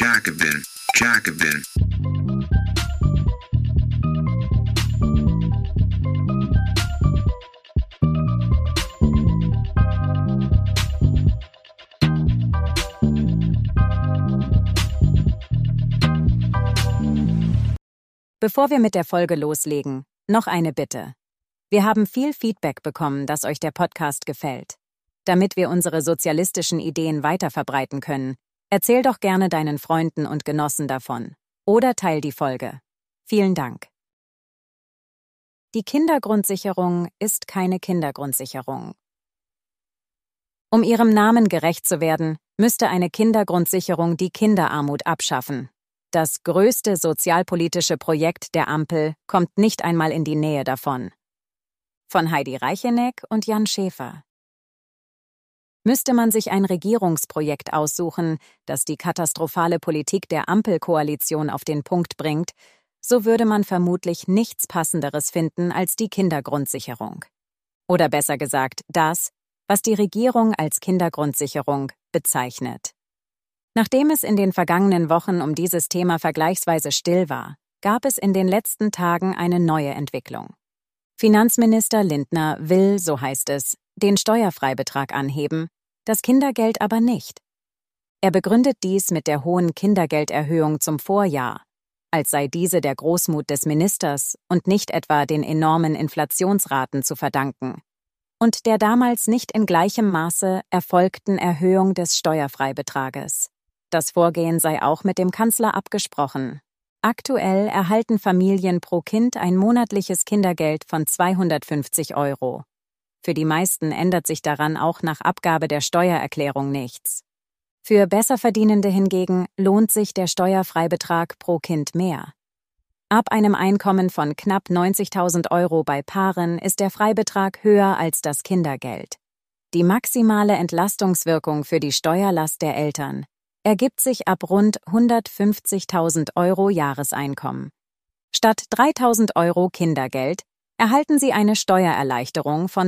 Jacobin, Jacobin. Bevor wir mit der Folge loslegen, noch eine Bitte. Wir haben viel Feedback bekommen, dass euch der Podcast gefällt. Damit wir unsere sozialistischen Ideen weiterverbreiten können, erzähl doch gerne deinen Freunden und Genossen davon. Oder teil die Folge. Vielen Dank. Die Kindergrundsicherung ist keine Kindergrundsicherung. Um ihrem Namen gerecht zu werden, müsste eine Kindergrundsicherung die Kinderarmut abschaffen. Das größte sozialpolitische Projekt der Ampel kommt nicht einmal in die Nähe davon. Von Heidi Reicheneck und Jan Schäfer. Müsste man sich ein Regierungsprojekt aussuchen, das die katastrophale Politik der Ampelkoalition auf den Punkt bringt, so würde man vermutlich nichts Passenderes finden als die Kindergrundsicherung. Oder besser gesagt, das, was die Regierung als Kindergrundsicherung bezeichnet. Nachdem es in den vergangenen Wochen um dieses Thema vergleichsweise still war, gab es in den letzten Tagen eine neue Entwicklung. Finanzminister Lindner will, so heißt es, den Steuerfreibetrag anheben, das Kindergeld aber nicht. Er begründet dies mit der hohen Kindergelderhöhung zum Vorjahr, als sei diese der Großmut des Ministers und nicht etwa den enormen Inflationsraten zu verdanken, und der damals nicht in gleichem Maße erfolgten Erhöhung des Steuerfreibetrages. Das Vorgehen sei auch mit dem Kanzler abgesprochen. Aktuell erhalten Familien pro Kind ein monatliches Kindergeld von 250 €. Für die meisten ändert sich daran auch nach Abgabe der Steuererklärung nichts. Für Besserverdienende hingegen lohnt sich der Steuerfreibetrag pro Kind mehr. Ab einem Einkommen von knapp 90.000 € bei Paaren ist der Freibetrag höher als das Kindergeld. Die maximale Entlastungswirkung für die Steuerlast der Eltern ergibt sich ab rund 150.000 € Jahreseinkommen. Statt 3.000 € Kindergeld erhalten sie eine Steuererleichterung von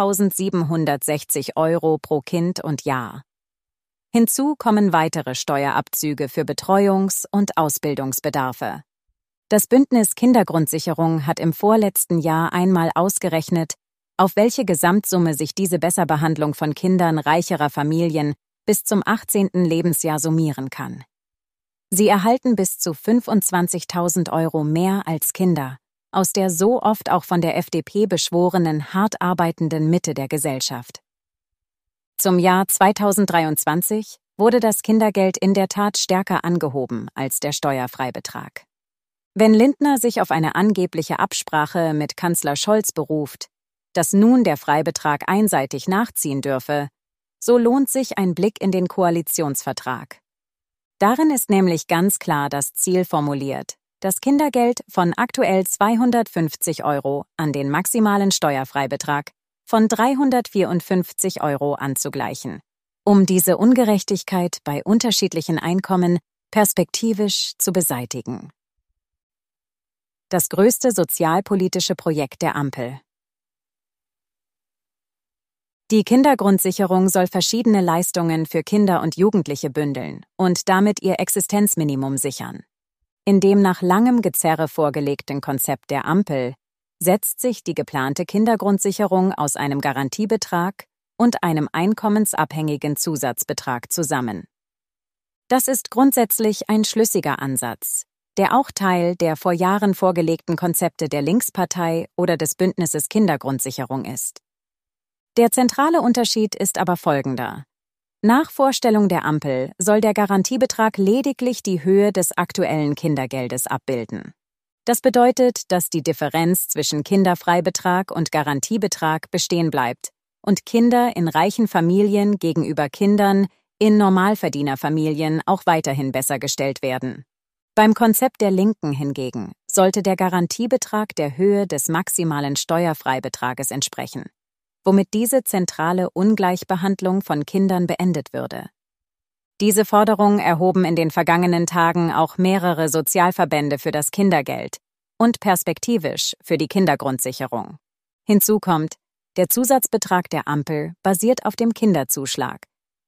3.760 € pro Kind und Jahr. Hinzu kommen weitere Steuerabzüge für Betreuungs- und Ausbildungsbedarfe. Das Bündnis Kindergrundsicherung hat im vorletzten Jahr einmal ausgerechnet, auf welche Gesamtsumme sich diese Besserbehandlung von Kindern reicherer Familien bis zum 18. Lebensjahr summieren kann. Sie erhalten bis zu 25.000 € mehr als Kinder, aus der so oft auch von der FDP beschworenen hart arbeitenden Mitte der Gesellschaft. Zum Jahr 2023 wurde das Kindergeld in der Tat stärker angehoben als der Steuerfreibetrag. Wenn Lindner sich auf eine angebliche Absprache mit Kanzler Scholz beruft, dass nun der Freibetrag einseitig nachziehen dürfe, so lohnt sich ein Blick in den Koalitionsvertrag. Darin ist nämlich ganz klar das Ziel formuliert, das Kindergeld von aktuell 250 € an den maximalen Steuerfreibetrag von 354 € anzugleichen, um diese Ungerechtigkeit bei unterschiedlichen Einkommen perspektivisch zu beseitigen. Das größte sozialpolitische Projekt der Ampel. Die Kindergrundsicherung soll verschiedene Leistungen für Kinder und Jugendliche bündeln und damit ihr Existenzminimum sichern. In dem nach langem Gezerre vorgelegten Konzept der Ampel setzt sich die geplante Kindergrundsicherung aus einem Garantiebetrag und einem einkommensabhängigen Zusatzbetrag zusammen. Das ist grundsätzlich ein schlüssiger Ansatz, der auch Teil der vor Jahren vorgelegten Konzepte der Linkspartei oder des Bündnisses Kindergrundsicherung ist. Der zentrale Unterschied ist aber folgender. Nach Vorstellung der Ampel soll der Garantiebetrag lediglich die Höhe des aktuellen Kindergeldes abbilden. Das bedeutet, dass die Differenz zwischen Kinderfreibetrag und Garantiebetrag bestehen bleibt und Kinder in reichen Familien gegenüber Kindern in Normalverdienerfamilien auch weiterhin besser gestellt werden. Beim Konzept der Linken hingegen sollte der Garantiebetrag der Höhe des maximalen Steuerfreibetrages entsprechen, womit diese zentrale Ungleichbehandlung von Kindern beendet würde. Diese Forderung erhoben in den vergangenen Tagen auch mehrere Sozialverbände für das Kindergeld und perspektivisch für die Kindergrundsicherung. Hinzu kommt, der Zusatzbetrag der Ampel basiert auf dem Kinderzuschlag.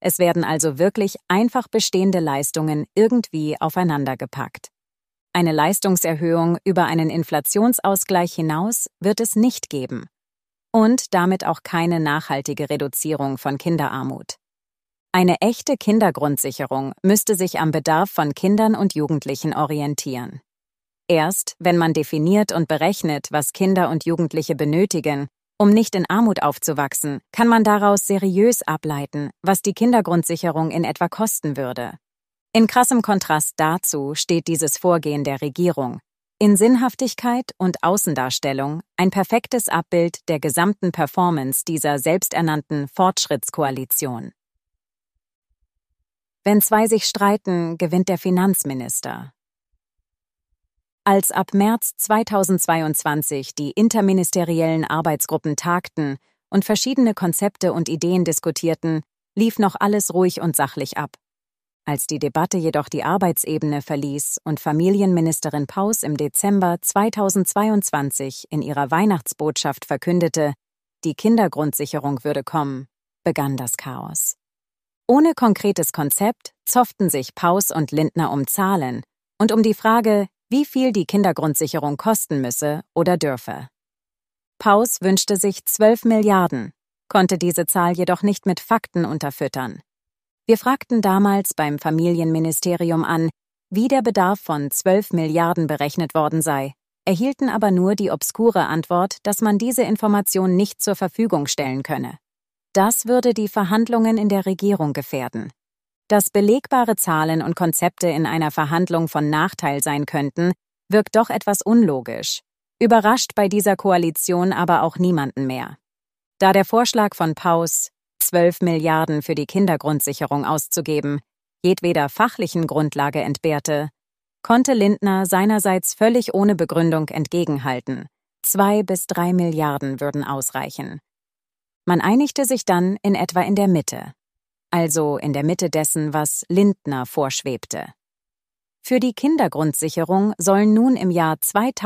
Es werden also wirklich einfach bestehende Leistungen irgendwie aufeinandergepackt. Eine Leistungserhöhung über einen Inflationsausgleich hinaus wird es nicht geben. Und damit auch keine nachhaltige Reduzierung von Kinderarmut. Eine echte Kindergrundsicherung müsste sich am Bedarf von Kindern und Jugendlichen orientieren. Erst, wenn man definiert und berechnet, was Kinder und Jugendliche benötigen, um nicht in Armut aufzuwachsen, kann man daraus seriös ableiten, was die Kindergrundsicherung in etwa kosten würde. In krassem Kontrast dazu steht dieses Vorgehen der Regierung. In Sinnhaftigkeit und Außendarstellung ein perfektes Abbild der gesamten Performance dieser selbsternannten Fortschrittskoalition. Wenn zwei sich streiten, gewinnt der Finanzminister. Als ab März 2022 die interministeriellen Arbeitsgruppen tagten und verschiedene Konzepte und Ideen diskutierten, lief noch alles ruhig und sachlich ab. Als die Debatte jedoch die Arbeitsebene verließ und Familienministerin Paus im Dezember 2022 in ihrer Weihnachtsbotschaft verkündete, die Kindergrundsicherung würde kommen, begann das Chaos. Ohne konkretes Konzept zofften sich Paus und Lindner um Zahlen und um die Frage, wie viel die Kindergrundsicherung kosten müsse oder dürfe. Paus wünschte sich 12 Milliarden, konnte diese Zahl jedoch nicht mit Fakten unterfüttern. Wir fragten damals beim Familienministerium an, wie der Bedarf von 12 Milliarden berechnet worden sei, erhielten aber nur die obskure Antwort, dass man diese Information nicht zur Verfügung stellen könne. Das würde die Verhandlungen in der Regierung gefährden. Dass belegbare Zahlen und Konzepte in einer Verhandlung von Nachteil sein könnten, wirkt doch etwas unlogisch, überrascht bei dieser Koalition aber auch niemanden mehr. Da der Vorschlag von Paus, 12 Milliarden für die Kindergrundsicherung auszugeben, jedweder fachlichen Grundlage entbehrte, konnte Lindner seinerseits völlig ohne Begründung entgegenhalten. 2 bis 3 Milliarden würden ausreichen. Man einigte sich dann in etwa in der Mitte, also in der Mitte dessen, was Lindner vorschwebte. Für die Kindergrundsicherung sollen nun im Jahr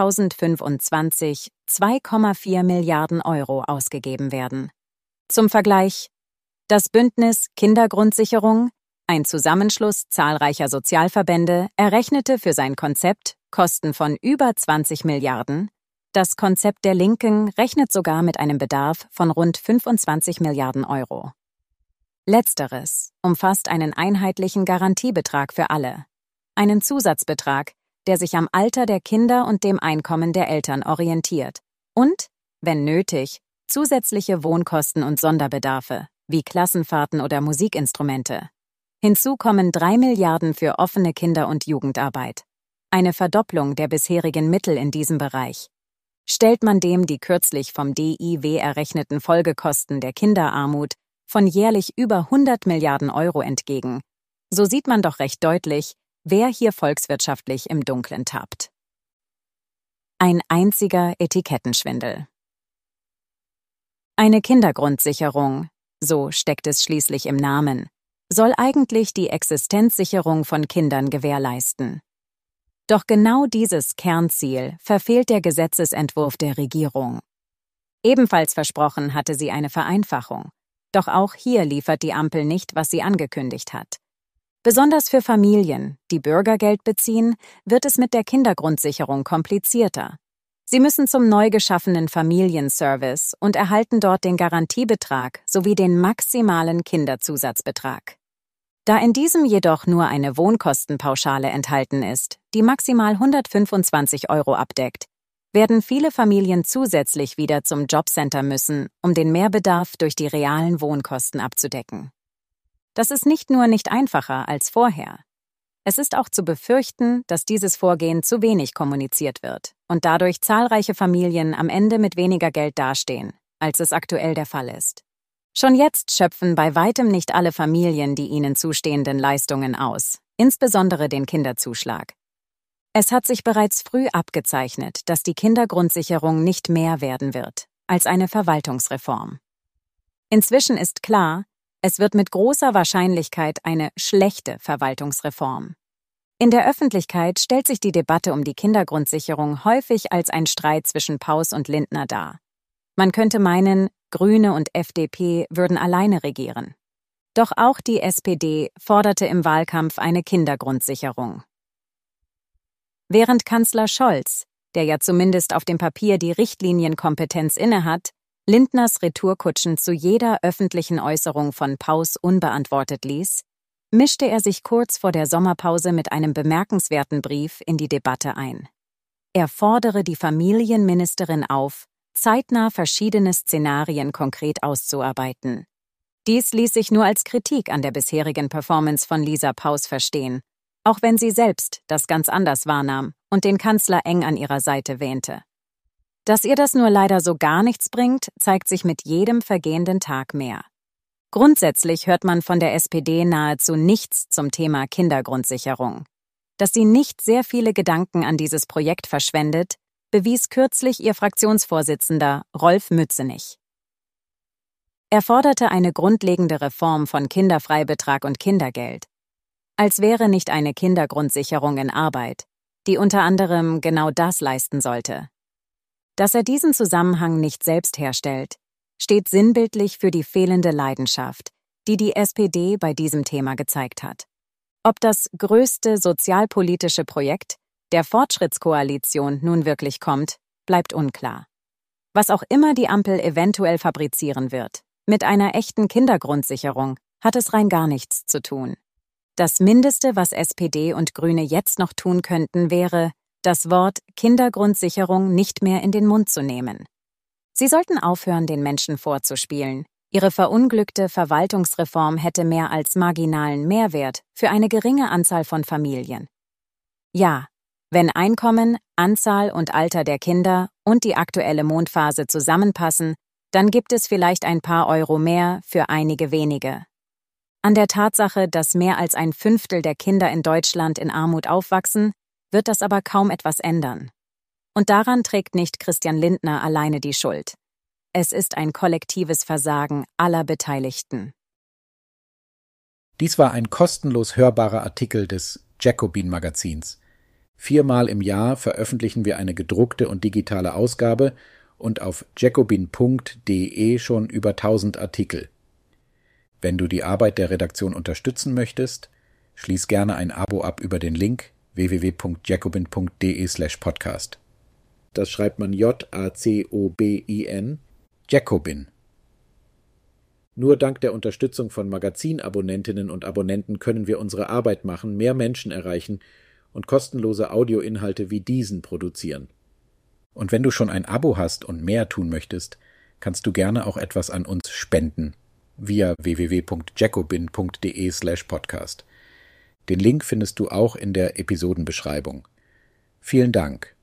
2025 2,4 Milliarden Euro ausgegeben werden. Zum Vergleich: Das Bündnis Kindergrundsicherung, ein Zusammenschluss zahlreicher Sozialverbände, errechnete für sein Konzept Kosten von über 20 Milliarden. Das Konzept der Linken rechnet sogar mit einem Bedarf von rund 25 Milliarden Euro. Letzteres umfasst einen einheitlichen Garantiebetrag für alle, einen Zusatzbetrag, der sich am Alter der Kinder und dem Einkommen der Eltern orientiert und, wenn nötig, zusätzliche Wohnkosten und Sonderbedarfe, wie Klassenfahrten oder Musikinstrumente. Hinzu kommen 3 Milliarden für offene Kinder- und Jugendarbeit. Eine Verdopplung der bisherigen Mittel in diesem Bereich. Stellt man dem die kürzlich vom DIW errechneten Folgekosten der Kinderarmut von jährlich über 100 Milliarden Euro entgegen, so sieht man doch recht deutlich, wer hier volkswirtschaftlich im Dunkeln tappt. Ein einziger Etikettenschwindel. Eine Kindergrundsicherung, so steckt es schließlich im Namen, soll eigentlich die Existenzsicherung von Kindern gewährleisten. Doch genau dieses Kernziel verfehlt der Gesetzesentwurf der Regierung. Ebenfalls versprochen hatte sie eine Vereinfachung. Doch auch hier liefert die Ampel nicht, was sie angekündigt hat. Besonders für Familien, die Bürgergeld beziehen, wird es mit der Kindergrundsicherung komplizierter. Sie müssen zum neu geschaffenen Familienservice und erhalten dort den Garantiebetrag sowie den maximalen Kinderzusatzbetrag. Da in diesem jedoch nur eine Wohnkostenpauschale enthalten ist, die maximal 125 Euro abdeckt, werden viele Familien zusätzlich wieder zum Jobcenter müssen, um den Mehrbedarf durch die realen Wohnkosten abzudecken. Das ist nicht nur nicht einfacher als vorher. Es ist auch zu befürchten, dass dieses Vorgehen zu wenig kommuniziert wird und dadurch zahlreiche Familien am Ende mit weniger Geld dastehen, als es aktuell der Fall ist. Schon jetzt schöpfen bei weitem nicht alle Familien die ihnen zustehenden Leistungen aus, insbesondere den Kinderzuschlag. Es hat sich bereits früh abgezeichnet, dass die Kindergrundsicherung nicht mehr werden wird als eine Verwaltungsreform. Inzwischen ist klar, es wird mit großer Wahrscheinlichkeit eine schlechte Verwaltungsreform. In der Öffentlichkeit stellt sich die Debatte um die Kindergrundsicherung häufig als ein Streit zwischen Paus und Lindner dar. Man könnte meinen, Grüne und FDP würden alleine regieren. Doch auch die SPD forderte im Wahlkampf eine Kindergrundsicherung. Während Kanzler Scholz, der ja zumindest auf dem Papier die Richtlinienkompetenz innehat, Lindners Retourkutschen zu jeder öffentlichen Äußerung von Paus unbeantwortet ließ, mischte er sich kurz vor der Sommerpause mit einem bemerkenswerten Brief in die Debatte ein. Er fordere die Familienministerin auf, zeitnah verschiedene Szenarien konkret auszuarbeiten. Dies ließ sich nur als Kritik an der bisherigen Performance von Lisa Paus verstehen, auch wenn sie selbst das ganz anders wahrnahm und den Kanzler eng an ihrer Seite wähnte. Dass ihr das nur leider so gar nichts bringt, zeigt sich mit jedem vergehenden Tag mehr. Grundsätzlich hört man von der SPD nahezu nichts zum Thema Kindergrundsicherung. Dass sie nicht sehr viele Gedanken an dieses Projekt verschwendet, bewies kürzlich ihr Fraktionsvorsitzender Rolf Mützenich. Er forderte eine grundlegende Reform von Kinderfreibetrag und Kindergeld. Als wäre nicht eine Kindergrundsicherung in Arbeit, die unter anderem genau das leisten sollte. Dass er diesen Zusammenhang nicht selbst herstellt, steht sinnbildlich für die fehlende Leidenschaft, die die SPD bei diesem Thema gezeigt hat. Ob das größte sozialpolitische Projekt der Fortschrittskoalition nun wirklich kommt, bleibt unklar. Was auch immer die Ampel eventuell fabrizieren wird, mit einer echten Kindergrundsicherung hat es rein gar nichts zu tun. Das Mindeste, was SPD und Grüne jetzt noch tun könnten, wäre, das Wort Kindergrundsicherung nicht mehr in den Mund zu nehmen. Sie sollten aufhören, den Menschen vorzuspielen. Ihre verunglückte Verwaltungsreform hätte mehr als marginalen Mehrwert für eine geringe Anzahl von Familien. Ja, wenn Einkommen, Anzahl und Alter der Kinder und die aktuelle Mondphase zusammenpassen, dann gibt es vielleicht ein paar Euro mehr für einige wenige. An der Tatsache, dass mehr als ein Fünftel der Kinder in Deutschland in Armut aufwachsen, wird das aber kaum etwas ändern. Und daran trägt nicht Christian Lindner alleine die Schuld. Es ist ein kollektives Versagen aller Beteiligten. Dies war ein kostenlos hörbarer Artikel des Jacobin-Magazins. 4-mal im Jahr veröffentlichen wir eine gedruckte und digitale Ausgabe und auf jacobin.de schon über 1000 Artikel. Wenn du die Arbeit der Redaktion unterstützen möchtest, schließ gerne ein Abo ab über den Link www.jacobin.de/podcast. Das schreibt man Jacobin, Jacobin. Nur dank der Unterstützung von Magazinabonnentinnen und Abonnenten können wir unsere Arbeit machen, mehr Menschen erreichen und kostenlose Audioinhalte wie diesen produzieren. Und wenn du schon ein Abo hast und mehr tun möchtest, kannst du gerne auch etwas an uns spenden via www.jacobin.de/podcast. Den Link findest du auch in der Episodenbeschreibung. Vielen Dank.